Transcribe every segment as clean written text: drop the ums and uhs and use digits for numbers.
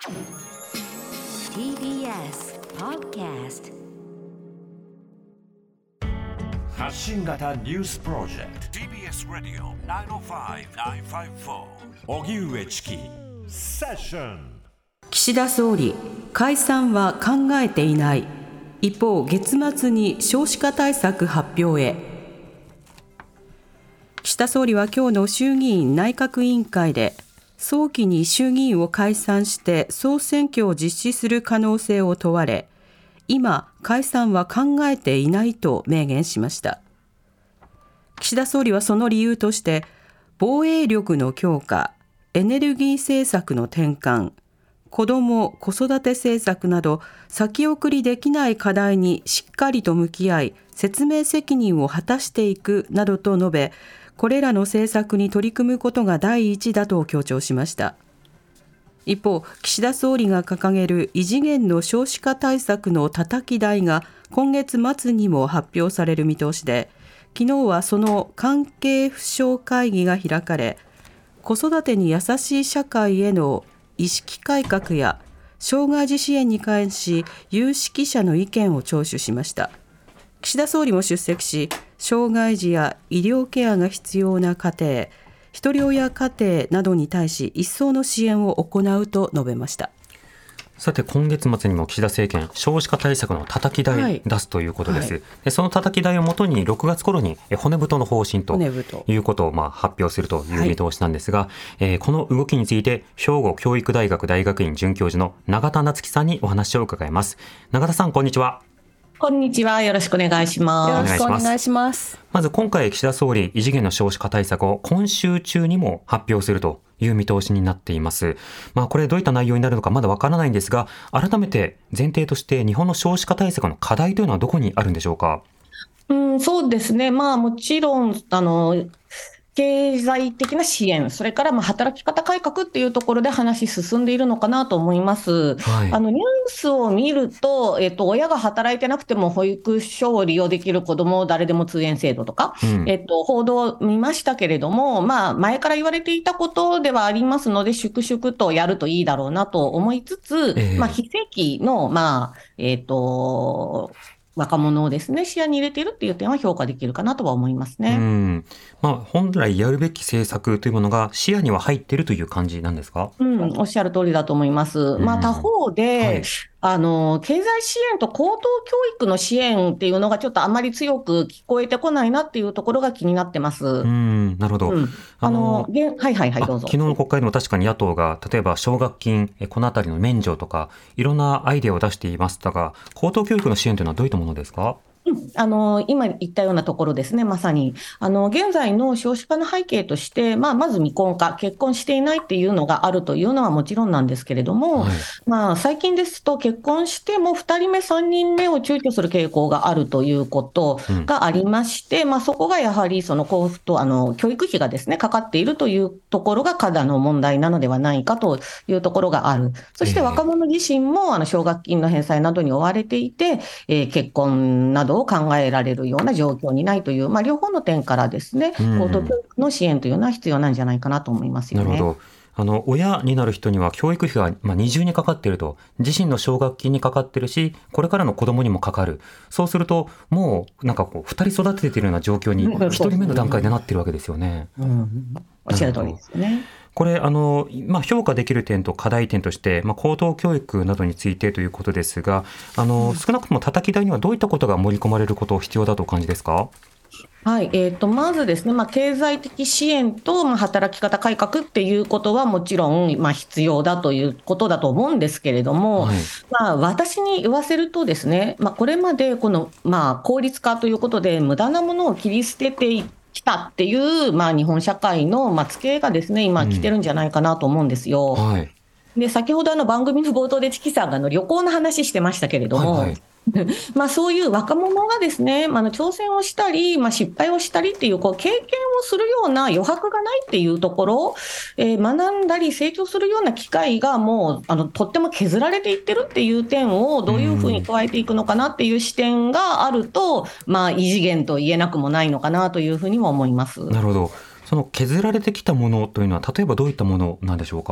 TBS Podcast 発信型ニュースプロジェクト TBS ラディオ905-954おぎゅうえちきセッション。 岸田総理、解散は考えていない。一方、月末に少子化対策発表へ。岸田総理は今日の衆議院内閣委員会で、早期に衆議院を解散して総選挙を実施する可能性を問われ、今、解散は考えていないと明言しました。岸田総理はその理由として、防衛力の強化、エネルギー政策の転換、子ども・子育て政策など先送りできない課題にしっかりと向き合い、説明責任を果たしていくなどと述べ、これらの政策に取り組むことが第一だと強調しました。一方、岸田総理が掲げる異次元の少子化対策のたたき台が今月末にも発表される見通しで、昨日はその関係府省会議が開かれ、子育てに優しい社会への意識改革や障害児支援に関し有識者の意見を聴取しました。岸田総理も出席し、障害児や医療ケアが必要な家庭、ひとり親家庭などに対し一層の支援を行うと述べました。 さて、今月末にも岸田政権少子化対策のたたき台出すということです、でそのたたき台をもとに6月頃に骨太の方針ということを発表するという見通しなんですが、この動きについて兵庫教育大学大学院准教授の永田夏樹さんにお話を伺います。永田さん、こんにちは。 こんにちは。よろしくお願いします。 よろしくお願いします。 まず今回、岸田総理異次元の少子化対策を今週中にも発表するという見通しになっています。これどういった内容になるのかまだわからないんですが、改めて前提として日本の少子化対策の課題というのはどこにあるんでしょうか。 そうですね。もちろん経済的な支援、それから働き方改革っていうところで話進んでいるのかなと思います。ニュースを見ると、親が働いてなくても保育所を利用できる子ども誰でも通園制度とか、報道を見ましたけれども、前から言われていたことではありますので、粛々とやるといいだろうなと思いつつ、非正規の、若者をですね、視野に入れているっていう点は評価できるかなとは思いますね。 本来やるべき政策というものが視野には入っているという感じなんですか。 おっしゃる通りだと思います。他方で、経済支援と高等教育の支援っていうのがちょっとあまり強く聞こえてこないなっていうところが気になってます。 なるほど。 どうぞ。 昨日の国会でも確かに野党が例えば奨学金、このあたりの免除とかいろんなアイデアを出していましたが、高等教育の支援というのはどういったものですか。 今言ったようなところですね。まさに現在の少子化の背景として、まず未婚化、結婚していないっていうのがあるというのはもちろんなんですけれども、最近ですと結婚しても2人目3人目を躊躇する傾向があるということがありまして、そこがやはりその交付と教育費がですねかかっているというところが課題の問題なのではないかというところがある。そして若者自身も奨学金の返済などに追われていて、結婚などを考えられるような状況にないという、両方の点からですね、高等教育の支援というのは必要なんじゃないかなと思いますよね。 なるほど。親になる人には教育費が二重にかかっていると、自身の奨学金にかかっているし、これからの子供にもかかる。そうするともう2人育てているような状況に1人目の段階でなっているわけですよね。 おっしゃる通りですよね。 これ評価できる点と課題点として、高等教育などについてということですが、少なくともたたき台にはどういったことが盛り込まれること必要だとお感じですか。 まずですね、経済的支援と働き方改革っていうことはもちろん必要だということだと思うんですけれども、私に言わせるとですね、これまでこの効率化ということで無駄なものを切り捨ててきたっていう、日本社会のツケがですね今来てるんじゃないかなと思うんですよ。で先ほど番組の冒頭でチキさんが旅行の話してましたけれども、そういう若者がですね、挑戦をしたり、失敗をしたりっていう経験をするような余白がないっていうところ、学んだり成長するような機会がもうとっても削られていってるっていう点をどういうふうに加えていくのかなっていう視点があると、異次元と言えなくもないのかなというふうにも思います。 なるほど。その削られてきたものというのは例えばどういったものなんでしょうか。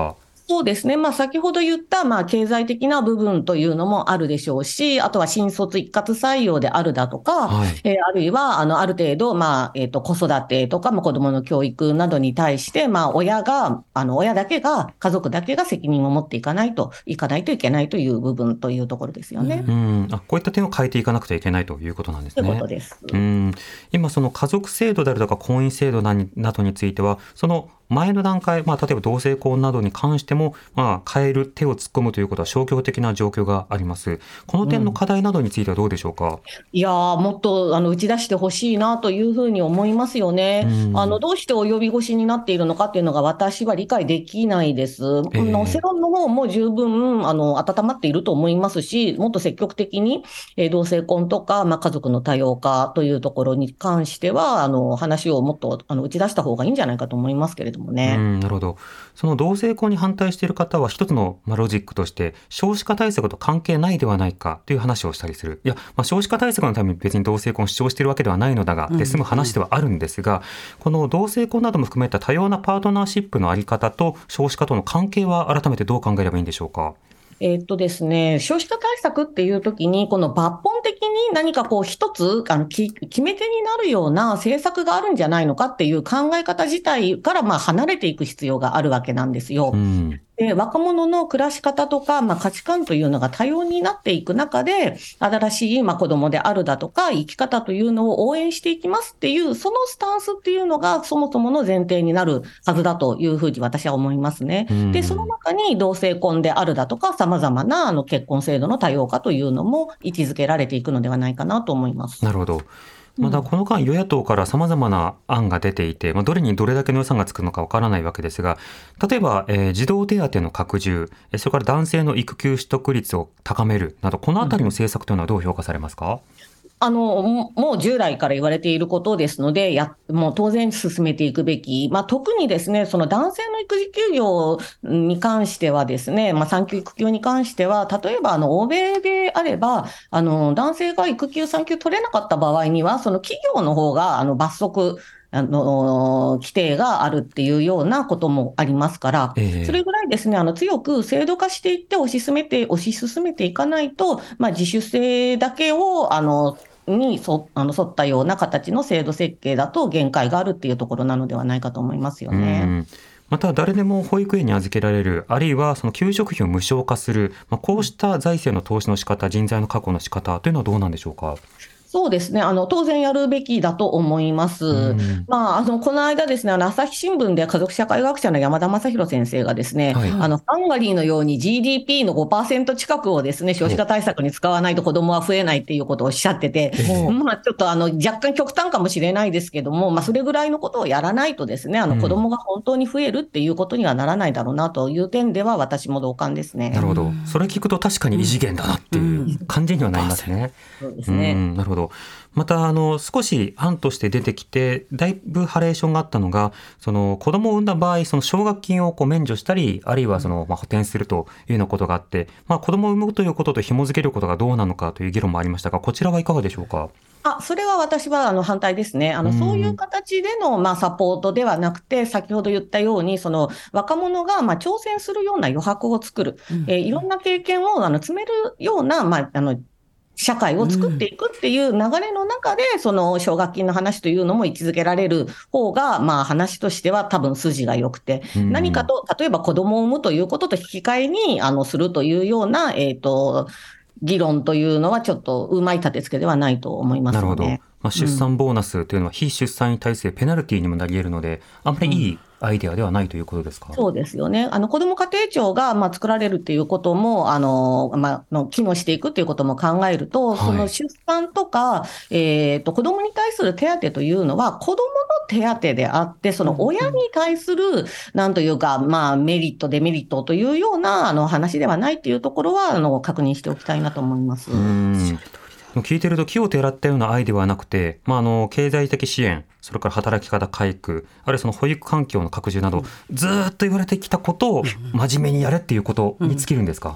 そうですね。先ほど言った、経済的な部分というのもあるでしょうし、あとは新卒一括採用であるだとか、 はい、 あるいは、ある程度、子育てとか、子供の教育などに対して、親だけが、家族だけが責任を持っていかないといけないという部分というところですよね。 こういった点を変えていかなくてはいけないということなんですね。 ということです。 今、その家族制度であるとか婚姻制度などについては、その前の段階、例えば同性婚などに関しても、変える手を突っ込むということは消極的な状況があります。この点の課題などについてはどうでしょうか。 いやー、もっと打ち出してほしいなというふうに思いますよね。どうして及び腰になっているのかっていうのが私は理解できないです。世論の方も十分温まっていると思いますし、もっと積極的に、同性婚とか、家族の多様化というところに関しては話をもっと打ち出した方がいいんじゃないかと思いますけれどもね。 なるほど。その同性婚に反対している方は一つのロジックとして少子化対策と関係ないではないかという話をしたりする。いや、少子化対策のために別に同性婚を主張しているわけではないのだが、で済む話ではあるんですが、この同性婚なども含めた多様なパートナーシップのあり方と少子化との関係は改めてどう考えればいいんでしょうか。 ですね、少子化対策っていうときに、この抜本的に何か一つ決め手になるような政策があるんじゃないのかっていう考え方自体から離れていく必要があるわけなんですよ。で、若者の暮らし方とか、価値観というのが多様になっていく中で、新しい、子供であるだとか、生き方というのを応援していきますっていう、そのスタンスっていうのが、そもそもの前提になるはずだというふうに私は思いますね。で、その中に同性婚であるだとか、様々な結婚制度の多様化というのも位置づけられていくのではないかなと思います。 なるほど。またこの間与野党から様々な案が出ていて、どれにどれだけの予算がつくのかわからないわけですが、例えば、児童手当の拡充、それから男性の育休取得率を高めるなど、このあたりの政策というのはどう評価されますか。 もう従来から言われていることですので、もう当然進めていくべき。特にですね、その男性の育児休業に関してはですね、産休育休に関しては、例えば欧米であれば、男性が育休産休取れなかった場合には、その企業の方が罰則、規定があるっていうようなこともありますから、それぐらいですね、強く制度化していって推し進めていかないと、自主性だけを、沿ったような形の制度設計だと限界があるっていうところなのではないかと思いますよね。 また誰でも保育園に預けられる、あるいはその給食費を無償化する、こうした財政の投資の仕方、人材の確保の仕方というのはどうなんでしょうか。 そうですね。当然やるべきだと思います。この間ですね、朝日新聞で家族社会学者の山田正弘先生がですね、ハンガリーのように GDP の 5% 近くをですね、少子化対策に使わないと子供は増えないっていうことをおっしゃってて、ちょっと若干極端かもしれないですけども、それぐらいのことをやらないとですね、子供が本当に増えるっていうことにはならないだろうなという点では私も同感ですね。 なるほど。それ聞くと確かに異次元だなっていう感じにはなりますね。 そうですね。 なるほど。また少し案として出てきてだいぶハレーションがあったのが、その子供を産んだ場合その奨学金を免除したり、あるいは補填するというようなことがあって、子供を産むということと紐付けることがどうなのかという議論もありましたが、こちらはいかがでしょうか。 それは私は反対ですね。そういう形でのサポートではなくて、先ほど言ったように、その若者が挑戦するような余白を作る、いろんな経験を積めるような社会を作っていくっていう流れの中で、その奨学金の話というのも位置づけられる方が、話としては多分筋が良くて、何かと、例えば子供を産むということと引き換えに、するというような、議論というのはちょっとうまい立て付けではないと思いますので。 なるほど。出産ボーナスというのは非出産に対するペナルティにもなり得るので、あんまりいいアイデアではないということですか。 そうですよね。子ども家庭庁が作られるっていうことも機能していくっていうことも考えると、その出産とか、子どもに対する手当というのは子どもの手当であって、その親に対するなんというか、メリットデメリットというような話ではないっていうところは確認しておきたいなと思います。 聞いてると木をてらったような愛ではなくて、経済的支援、それから働き方改革、あるいはその保育環境の拡充など、ずっと言われてきたことを真面目にやれっていうことに尽きるんですか。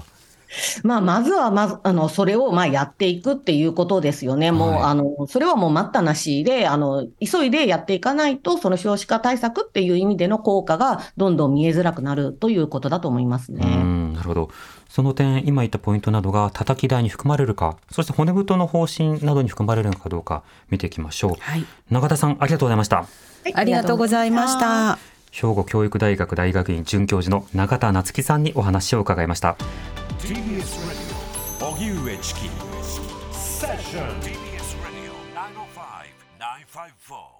まずはそれをやっていくっていうことですよね。もう、それはもう待ったなしで、急いでやっていかないと、その少子化対策っていう意味での効果がどんどん見えづらくなるということだと思いますね。 なるほど。その点、今言ったポイントなどが叩き台に含まれるか、そして骨太の方針などに含まれるのかどうか見ていきましょう。はい、永田さん、ありがとうございました。 ありがとうございました。 兵庫教育大学大学院准教授の永田夏樹さんにお話を伺いました。TBS ラジオ荻上チキセッション TBS ラジオ905-954